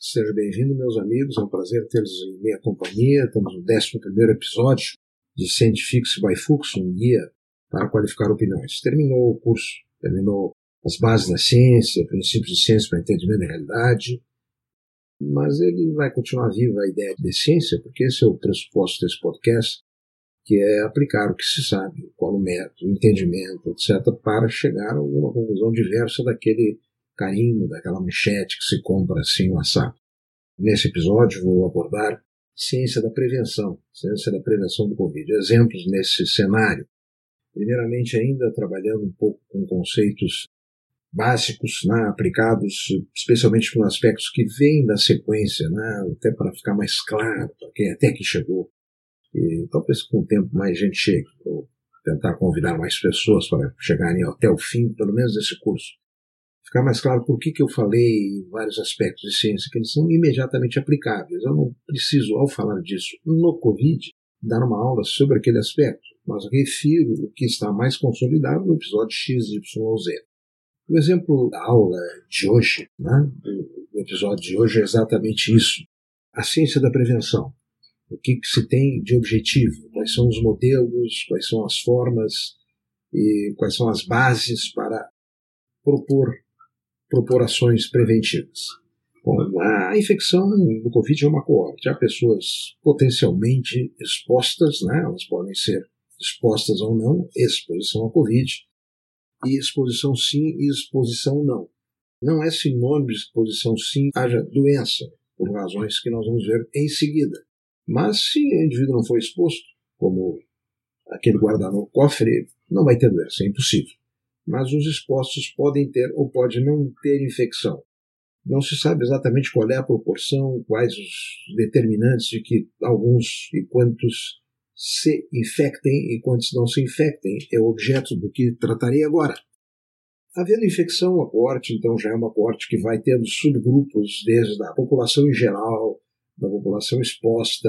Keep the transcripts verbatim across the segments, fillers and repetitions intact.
Seja bem-vindo, meus amigos. É um prazer tê-los em minha companhia. Estamos no décimo primeiro episódio de Scientifics by Fuchs, um guia para qualificar opiniões. Terminou o curso, terminou as bases da ciência, princípios de ciência para entendimento da realidade, mas ele vai continuar viva a ideia de ciência, porque esse é o pressuposto desse podcast, que é aplicar o que se sabe, qual o método, o entendimento, etcétera, para chegar a alguma conclusão diversa daquele carimbo, daquela manchete que se compra assim no assado. Nesse episódio vou abordar ciência da prevenção, ciência da prevenção do Covid. Exemplos nesse cenário. Primeiramente, ainda trabalhando um pouco com conceitos básicos, né, aplicados especialmente com aspectos que vêm da sequência, né, até para ficar mais claro para quem até que chegou. E talvez com o tempo mais gente chegue. Vou tentar convidar mais pessoas para chegarem até o fim, pelo menos desse curso. Ficar mais claro por que, que eu falei em vários aspectos de ciência, que eles são imediatamente aplicáveis. Eu não preciso, ao falar disso no Covid, dar uma aula sobre aquele aspecto, mas refiro o que está mais consolidado no episódio X Y Z. O exemplo da aula de hoje, né, do episódio de hoje, é exatamente isso. A ciência da prevenção. O que, que se tem de objetivo? Quais são os modelos, quais são as formas e quais são as bases para propor, propor ações preventivas? Bom, a infecção do Covid é uma coorte. Há pessoas potencialmente expostas, né? Elas podem ser expostas ou não, exposição ao Covid, e exposição sim e exposição não. Não é sinônimo de exposição sim, haja doença, por razões que nós vamos ver em seguida. Mas se o indivíduo não for exposto, como aquele guardar no cofre, não vai ter doença, é impossível. Mas os expostos podem ter ou podem não ter infecção. Não se sabe exatamente qual é a proporção, quais os determinantes de que alguns e quantos se infectem e quantos não se infectem. É o objeto do que tratarei agora. Havendo infecção, a coorte, então, já é uma coorte que vai tendo subgrupos desde a população em geral, da população exposta,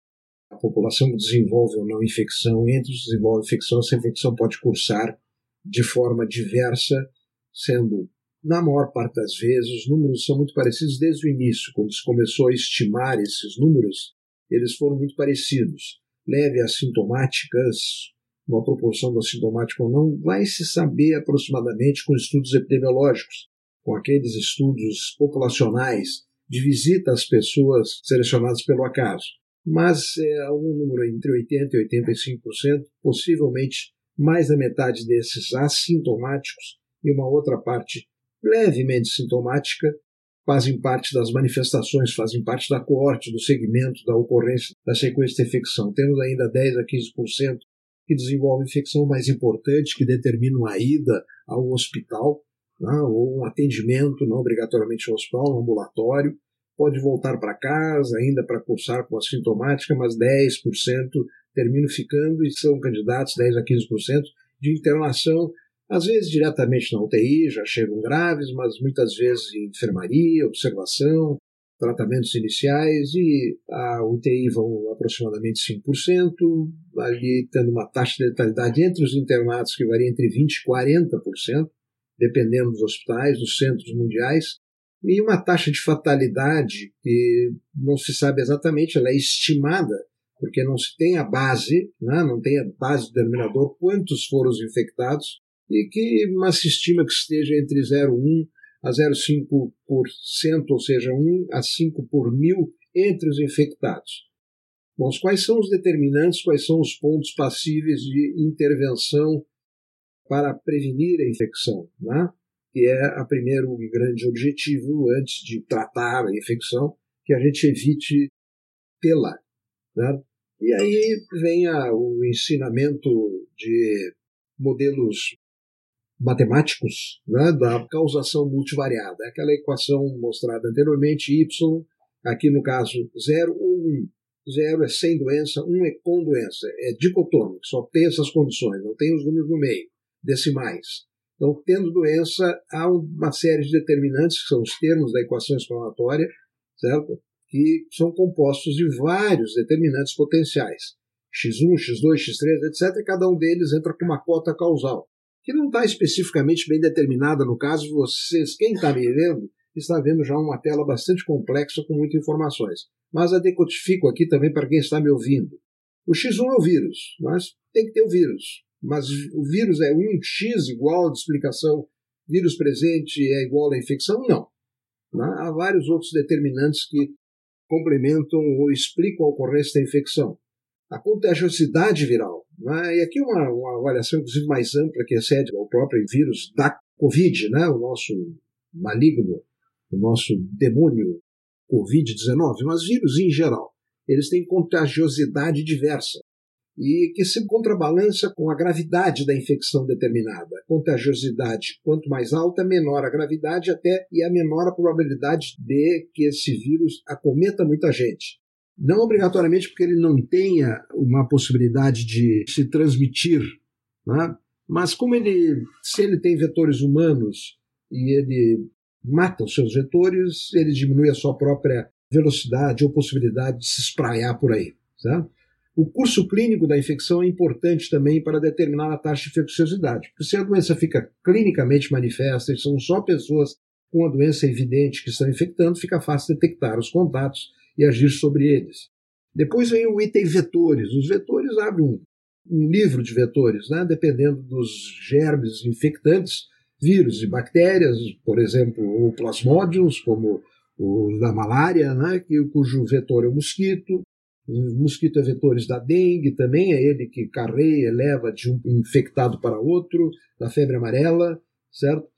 a população que desenvolve ou não infecção. Entre os que desenvolvem infecção, essa infecção pode cursar de forma diversa, sendo, na maior parte das vezes, os números são muito parecidos desde o início. Quando se começou a estimar esses números, eles foram muito parecidos. Leve assintomáticas, uma proporção do assintomático ou não, vai se saber aproximadamente com estudos epidemiológicos, com aqueles estudos populacionais, de visita às pessoas selecionadas pelo acaso. Mas é um número entre oitenta por cento e oitenta e cinco por cento, possivelmente mais da metade desses assintomáticos e uma outra parte levemente sintomática fazem parte das manifestações, fazem parte da coorte, do segmento, da ocorrência da sequência de infecção. Temos ainda dez a quinze por cento que desenvolvem infecção mais importante, que determinam a ida ao hospital, não, ou um atendimento, não obrigatoriamente ao hospital, um ambulatório, pode voltar para casa ainda para cursar com assintomática, mas dez por cento terminam ficando e são candidatos, dez a quinze por cento, de internação, às vezes diretamente na U T I, já chegam graves, mas muitas vezes em enfermaria, observação, tratamentos iniciais, e a U T I vão aproximadamente cinco por cento, ali tendo uma taxa de letalidade entre os internados que varia entre vinte por cento e quarenta por cento, dependendo dos hospitais, dos centros mundiais, e uma taxa de fatalidade que não se sabe exatamente, ela é estimada, porque não se tem a base, né, não tem a base do denominador, quantos foram os infectados, e que mas se estima que esteja entre zero vírgula um a zero vírgula cinco por cento, ou seja, um a cinco por mil entre os infectados. Bom, quais são os determinantes, quais são os pontos passíveis de intervenção para prevenir a infecção, né? Que é a primeiro grande objetivo, antes de tratar a infecção, que a gente evite tê-la, né? E aí vem a, o ensinamento de modelos matemáticos, né, da causação multivariada, aquela equação mostrada anteriormente, y, aqui no caso zero ou um. Zero é sem doença, um é com doença, é dicotômico, só tem essas condições, não tem os números no meio, decimais. Então, tendo doença, há uma série de determinantes, que são os termos da equação explanatória, certo? Que são compostos de vários determinantes potenciais, x um, x dois, x três, etcétera, e cada um deles entra com uma cota causal, que não está especificamente bem determinada no caso. Vocês, quem está me vendo, está vendo já uma tela bastante complexa com muitas informações. Mas a decodifico aqui também para quem está me ouvindo. O xis um é o vírus, mas tem que ter o vírus. Mas o vírus é um x igual de explicação, vírus presente é igual à infecção? Não. Há vários outros determinantes que complementam ou explicam a ocorrência da infecção. A contagiosidade viral. Né? E aqui uma, uma avaliação, inclusive, mais ampla, que excede o próprio vírus da Covid, né? O nosso maligno, o nosso demônio covid dezenove, mas vírus em geral. Eles têm contagiosidade diversa e que se contrabalança com a gravidade da infecção determinada. A contagiosidade, quanto mais alta, menor a gravidade até e a menor a probabilidade de que esse vírus acometa muita gente. Não obrigatoriamente porque ele não tenha uma possibilidade de se transmitir, né? Mas como ele, se ele tem vetores humanos e ele mata os seus vetores, ele diminui a sua própria velocidade ou possibilidade de se espraiar por aí. Certo? O curso clínico da infecção é importante também para determinar a taxa de infecciosidade, porque se a doença fica clinicamente manifesta e são só pessoas com a doença evidente que estão infectando, fica fácil detectar os contatos e agir sobre eles. Depois vem o item vetores. Os vetores abrem um, um livro de vetores, né? Dependendo dos germes infectantes, vírus e bactérias, por exemplo, ou plasmódios, como o da malária, né? Que, cujo vetor é o mosquito. O mosquito é vetores da dengue, também é ele que carrega, leva de um infectado para outro, da febre amarela, certo?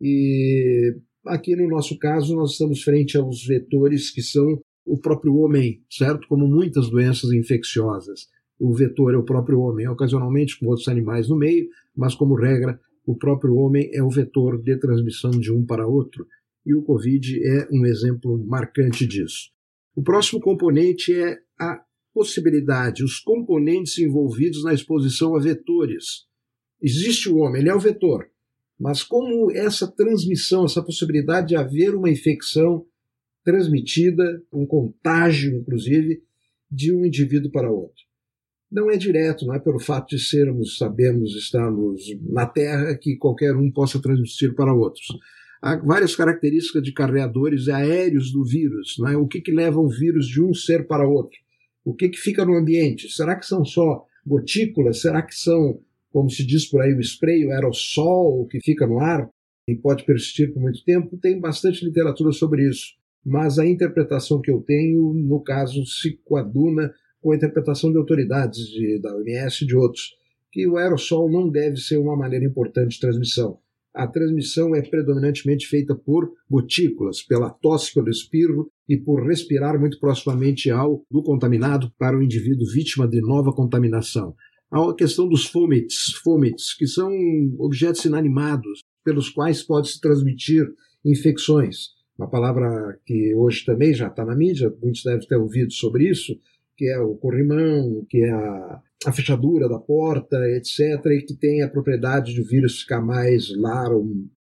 E aqui no nosso caso nós estamos frente aos vetores que são o próprio homem, certo? Como muitas doenças infecciosas. O vetor é o próprio homem, ocasionalmente com outros animais no meio, mas como regra, o próprio homem é o vetor de transmissão de um para outro. E o Covid é um exemplo marcante disso. O próximo componente é a possibilidade, os componentes envolvidos na exposição a vetores. Existe o homem, ele é o vetor, mas como essa transmissão, essa possibilidade de haver uma infecção transmitida, um contágio, inclusive, de um indivíduo para outro. Não é direto, não é pelo fato de sermos, sabemos, estarmos na Terra, que qualquer um possa transmitir para outros. Há várias características de carreadores aéreos do vírus. Não é? O que, que leva o vírus de um ser para outro? O que, que fica no ambiente? Será que são só gotículas? Será que são, como se diz por aí, o spray, o aerossol que fica no ar e pode persistir por muito tempo? Tem bastante literatura sobre isso. Mas a interpretação que eu tenho, no caso, se coaduna com a interpretação de autoridades de, da O M S e de outros, que o aerossol não deve ser uma maneira importante de transmissão. A transmissão é predominantemente feita por gotículas, pela tosse, pelo espirro e por respirar muito proximamente ao do contaminado para o indivíduo vítima de nova contaminação. Há a questão dos fomites, fomites, que são objetos inanimados pelos quais pode-se transmitir infecções. Uma palavra que hoje também já está na mídia, muitos devem ter ouvido sobre isso, que é o corrimão, que é a, a fechadura da porta, etcétera, e que tem a propriedade de o vírus ficar mais largo,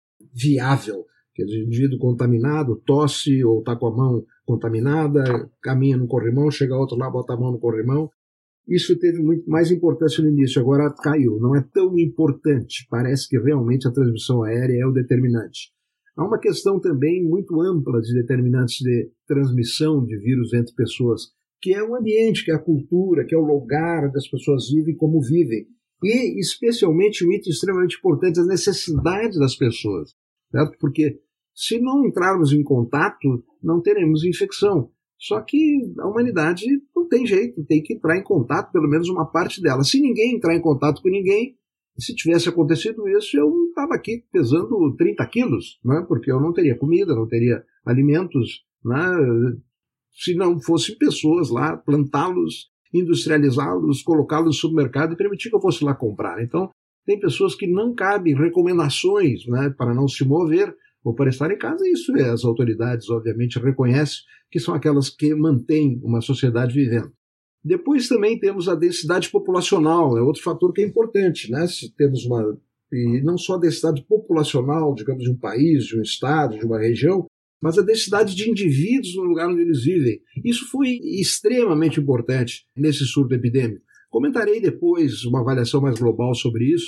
viável. Quer dizer, o indivíduo contaminado tosse ou está com a mão contaminada, caminha no corrimão, chega outro lá, bota a mão no corrimão. Isso teve muito mais importância no início, agora caiu. Não é tão importante. Parece que realmente a transmissão aérea é o determinante. Há uma questão também muito ampla de determinantes de transmissão de vírus entre pessoas, que é o ambiente, que é a cultura, que é o lugar onde as pessoas vivem, como vivem. E, especialmente, um item extremamente importante, as necessidades das pessoas. Certo? Porque, se não entrarmos em contato, não teremos infecção. Só que a humanidade não tem jeito, tem que entrar em contato, pelo menos uma parte dela. Se ninguém entrar em contato com ninguém, se tivesse acontecido isso, eu estava aqui pesando trinta quilos, né? Porque eu não teria comida, não teria alimentos, né? Se não fossem pessoas lá, plantá-los, industrializá-los, colocá-los no supermercado e permitir que eu fosse lá comprar. Então, tem pessoas que não cabem recomendações, né, para não se mover ou para estar em casa. Isso as autoridades, obviamente, reconhecem que são aquelas que mantêm uma sociedade vivendo. Depois também temos a densidade populacional, é outro fator que é importante, né? Se temos uma, e não só a densidade populacional, digamos, de um país, de um estado, de uma região, mas a densidade de indivíduos no lugar onde eles vivem. Isso foi extremamente importante nesse surto epidêmico. Comentarei depois uma avaliação mais global sobre isso,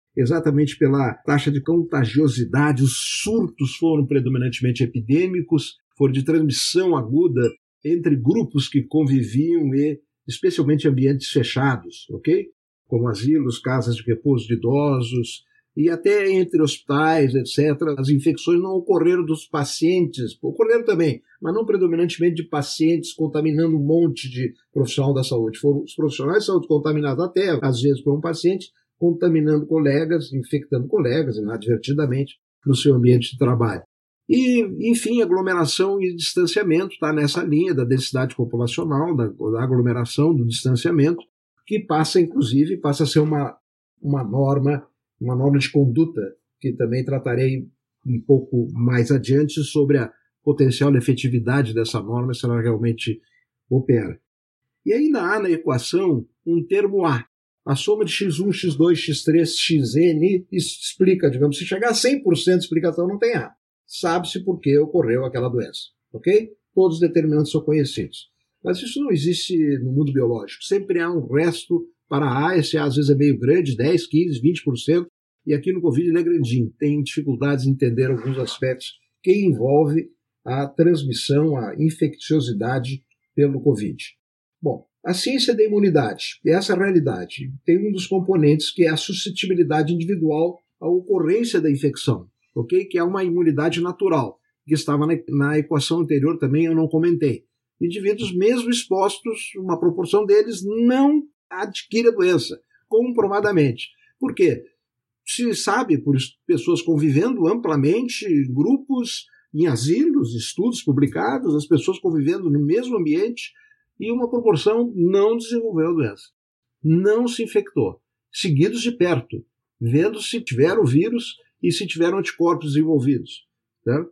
exatamente pela taxa de contagiosidade. Os surtos foram predominantemente epidêmicos, foram de transmissão aguda entre grupos que conviviam e especialmente ambientes fechados, ok? Como asilos, casas de repouso de idosos e até entre hospitais, etcétera. As infecções não ocorreram dos pacientes, ocorreram também, mas não predominantemente de pacientes contaminando um monte de profissional da saúde. Foram os profissionais de saúde contaminados até, às vezes, por um paciente, contaminando colegas, infectando colegas, inadvertidamente, no seu ambiente de trabalho. E, enfim, aglomeração e distanciamento está nessa linha da densidade populacional, da, da aglomeração, do distanciamento, que passa, inclusive, passa a ser uma, uma norma, uma norma de conduta, que também tratarei um pouco mais adiante sobre a potencial efetividade dessa norma, se ela realmente opera. E ainda há na equação um termo A. A soma de x um, x dois, x três, xn explica, digamos, se chegar a cem por cento de explicação não tem A. Sabe-se por que ocorreu aquela doença, ok? Todos os determinantes são conhecidos. Mas isso não existe no mundo biológico. Sempre há um resto para A, esse A às vezes é meio grande, dez, quinze, vinte por cento, e aqui no Covid ele é grandinho. Tem dificuldades em entender alguns aspectos que envolvem a transmissão, a infecciosidade pelo Covid. Bom, a ciência da imunidade, essa é a realidade. Tem um dos componentes que é a suscetibilidade individual à ocorrência da infecção, ok? Que é uma imunidade natural, que estava na, na equação anterior também, eu não comentei. Indivíduos mesmo expostos, uma proporção deles não adquire a doença, comprovadamente. Por quê? Se sabe, por pessoas convivendo amplamente, grupos, em asilos, estudos publicados, as pessoas convivendo no mesmo ambiente, e uma proporção não desenvolveu a doença. Não se infectou. Seguidos de perto, vendo se tiveram o vírus e se tiveram anticorpos desenvolvidos. Né?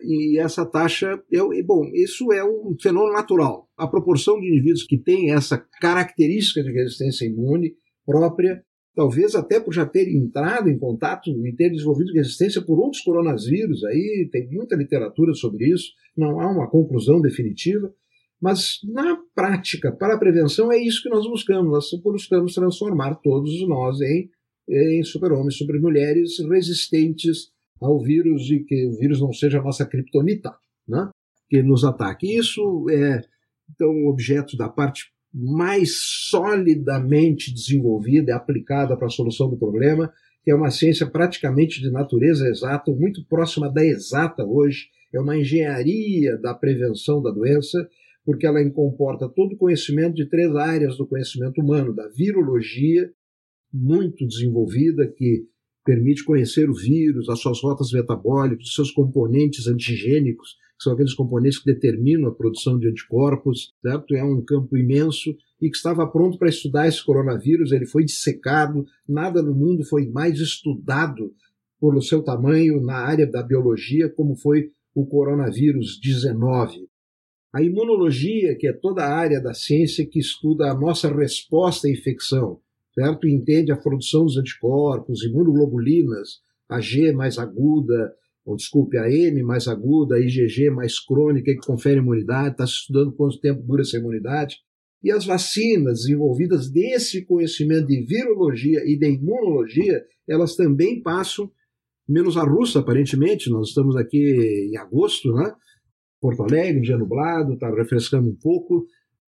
E essa taxa, é, bom, isso é um fenômeno natural. A proporção de indivíduos que têm essa característica de resistência imune própria, talvez até por já terem entrado em contato e terem desenvolvido resistência por outros coronavírus, aí tem muita literatura sobre isso, não há uma conclusão definitiva, mas na prática, para a prevenção, é isso que nós buscamos. Nós buscamos transformar todos nós em, em super-homens, super-mulheres resistentes ao vírus e que o vírus não seja a nossa criptonita, né? Que nos ataque. Isso é, então, objeto da parte mais solidamente desenvolvida e aplicada para a solução do problema, que é uma ciência praticamente de natureza exata, muito próxima da exata hoje, é uma engenharia da prevenção da doença, porque ela comporta todo o conhecimento de três áreas do conhecimento humano, da virologia, muito desenvolvida, que permite conhecer o vírus, as suas rotas metabólicas, os seus componentes antigênicos, que são aqueles componentes que determinam a produção de anticorpos, certo? É um campo imenso e que estava pronto para estudar esse coronavírus, ele foi dissecado, nada no mundo foi mais estudado pelo seu tamanho na área da biologia como foi o coronavírus dezenove. A imunologia, que é toda a área da ciência que estuda a nossa resposta à infecção, certo? E entende a produção dos anticorpos, imunoglobulinas, a G mais aguda, ou desculpe, a M mais aguda, a I G G mais crônica, que confere imunidade, está se estudando quanto tempo dura essa imunidade. E as vacinas desenvolvidas desse conhecimento de virologia e de imunologia, elas também passam, menos a russa, aparentemente, nós estamos aqui em agosto, né? Porto Alegre, dia nublado, está refrescando um pouco,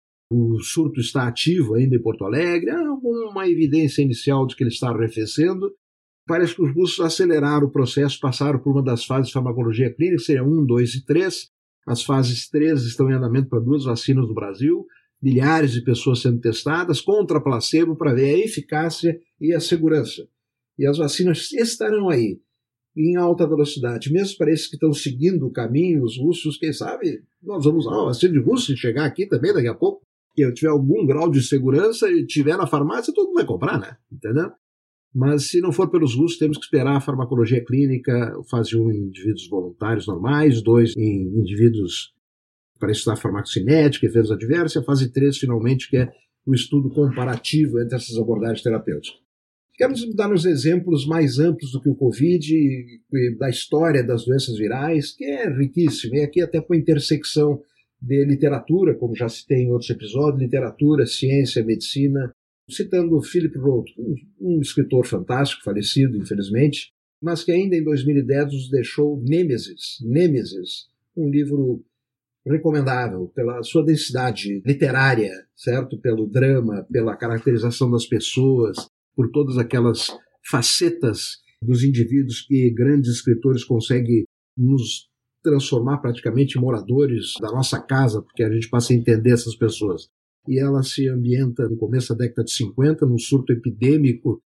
o surto está ativo ainda em Porto Alegre, há alguma evidência inicial de que ele está arrefecendo. Parece que os russos aceleraram o processo, passaram por uma das fases de farmacologia clínica, seria um, dois e três. As fases três estão em andamento para duas vacinas no Brasil, milhares de pessoas sendo testadas contra placebo para ver a eficácia e a segurança. E as vacinas estarão aí, em alta velocidade, mesmo para esses que estão seguindo o caminho, os russos, quem sabe, nós vamos usar uma vacina de russo e chegar aqui também daqui a pouco, que eu tiver algum grau de segurança e tiver na farmácia, todo mundo vai comprar, né? Entendeu? Mas se não for pelos russos, temos que esperar a farmacologia clínica, fase um em indivíduos voluntários normais, dois em indivíduos para estudar farmacocinética, efeitos adversos, e a fase três, finalmente, que é o estudo comparativo entre essas abordagens terapêuticas. Quero dar uns exemplos mais amplos do que o Covid, da história das doenças virais, que é riquíssimo, e aqui até com a intersecção de literatura, como já citei em outros episódios, literatura, ciência, medicina, citando Philip Roth, um, um escritor fantástico, falecido, infelizmente, mas que ainda em dois mil e dez nos deixou Nêmesis, Nêmesis, um livro recomendável pela sua densidade literária, certo? Pelo drama, pela caracterização das pessoas, por todas aquelas facetas dos indivíduos que grandes escritores conseguem nos transformar praticamente em moradores da nossa casa, porque a gente passa a entender essas pessoas. E ela se ambienta no começo da década de cinquenta, num surto epidêmico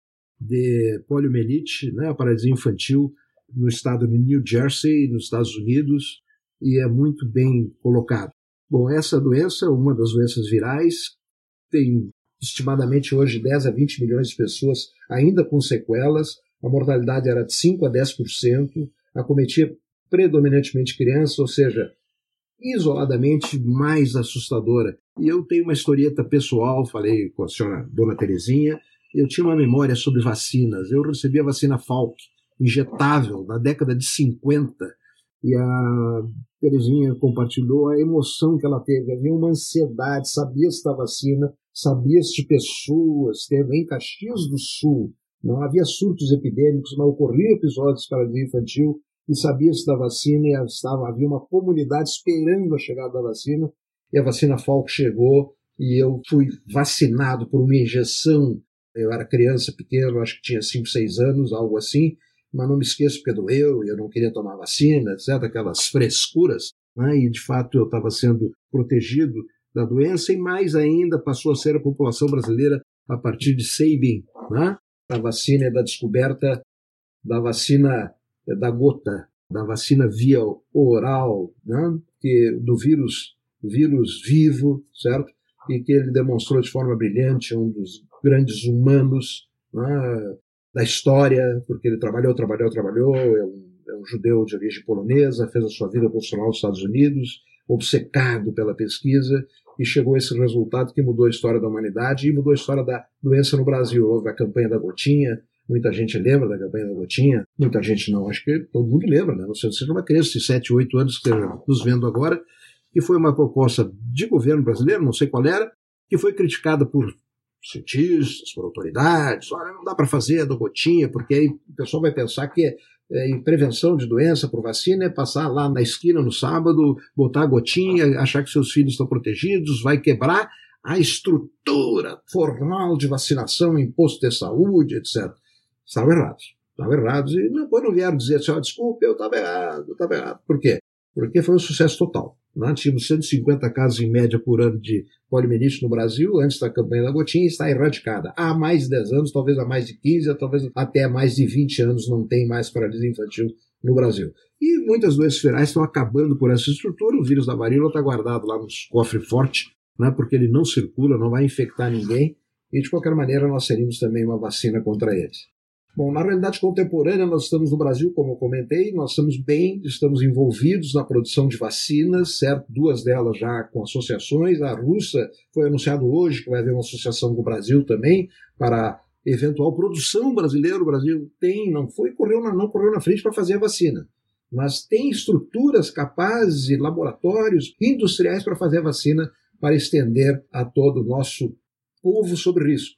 de poliomielite, né, a paralisia infantil, no estado de New Jersey, nos Estados Unidos, e é muito bem colocado. Bom, essa doença, uma das doenças virais, tem estimadamente hoje dez a vinte milhões de pessoas ainda com sequelas, a mortalidade era de cinco a dez por cento, acometia predominantemente crianças, ou seja, isoladamente mais assustadora. E eu tenho uma historieta pessoal, falei com a senhora Dona Terezinha, eu tinha uma memória sobre vacinas. Eu recebi a vacina Falk, injetável, na década de cinquenta, e a Terezinha compartilhou a emoção que ela teve. Havia uma ansiedade, sabia-se da vacina, sabia-se de pessoas, teve em Caxias do Sul, não havia surtos epidêmicos, mas ocorriam episódios de paralisia infantil, e sabia-se da vacina, e estava, havia uma comunidade esperando a chegada da vacina, e a vacina Falk chegou, e eu fui vacinado por uma injeção. Eu era criança pequena, acho que tinha cinco, seis anos, algo assim, mas não me esqueço porque doeu, e eu não queria tomar vacina, etcétera, aquelas frescuras, né? E de fato eu estava sendo protegido da doença, e mais ainda passou a ser a população brasileira a partir de Sabin, né? A vacina é da descoberta da vacina da gota, da vacina via oral, né? Que, do vírus, vírus vivo, certo? E que ele demonstrou de forma brilhante, um dos grandes humanos, né, da história, porque ele trabalhou, trabalhou, trabalhou, é um, é um judeu de origem polonesa, fez a sua vida profissional nos Estados Unidos, obcecado pela pesquisa, e chegou a esse resultado que mudou a história da humanidade e mudou a história da doença no Brasil. Houve a campanha da gotinha, muita gente lembra da campanha da gotinha, muita gente não, acho que todo mundo lembra, né? Não sei se seja uma criança de sete, oito anos que esteja nos vendo agora, que foi uma proposta de governo brasileiro, não sei qual era, que foi criticada por cientistas, por autoridades. Olha, não dá para fazer a do gotinha, porque aí o pessoal vai pensar que é, é, em prevenção de doença por vacina é passar lá na esquina no sábado, botar a gotinha, achar que seus filhos estão protegidos, vai quebrar a estrutura formal de vacinação, imposto de saúde, etcétera. Estavam errados. Estavam errados e depois não vieram dizer assim, oh, desculpe, eu estava errado, eu estava errado. Por quê? Porque foi um sucesso total. Nós tínhamos cento e cinquenta casos em média por ano de poliomielite no Brasil, antes da campanha da gotinha, e está erradicada. Há mais de dez anos, talvez há mais de quinze, talvez até mais de vinte anos não tem mais paralisia infantil no Brasil. E muitas doenças virais estão acabando por essa estrutura. O vírus da varíola está guardado lá nos cofres fortes, né, porque ele não circula, não vai infectar ninguém, e de qualquer maneira nós teríamos também uma vacina contra eles. Bom, na realidade contemporânea, nós estamos no Brasil, como eu comentei, nós estamos bem, estamos envolvidos na produção de vacinas, certo? Duas delas já com associações. A russa foi anunciado hoje que vai haver uma associação com o Brasil também para eventual produção brasileira. O Brasil tem, não foi, correu na, não correu na frente para fazer a vacina, mas tem estruturas capazes e laboratórios industriais para fazer a vacina para estender a todo o nosso povo sob risco.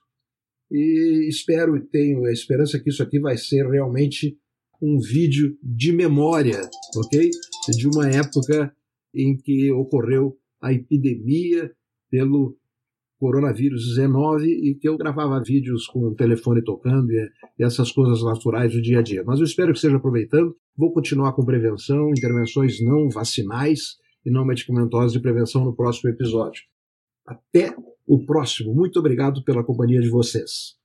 E espero e tenho a esperança que isso aqui vai ser realmente um vídeo de memória, ok? De uma época em que ocorreu a epidemia pelo coronavírus dezenove e que eu gravava vídeos com o telefone tocando e, e essas coisas naturais do dia a dia. Mas eu espero que esteja aproveitando. Vou continuar com prevenção, intervenções não vacinais e não medicamentosas de prevenção no próximo episódio. Até o próximo. Muito obrigado pela companhia de vocês.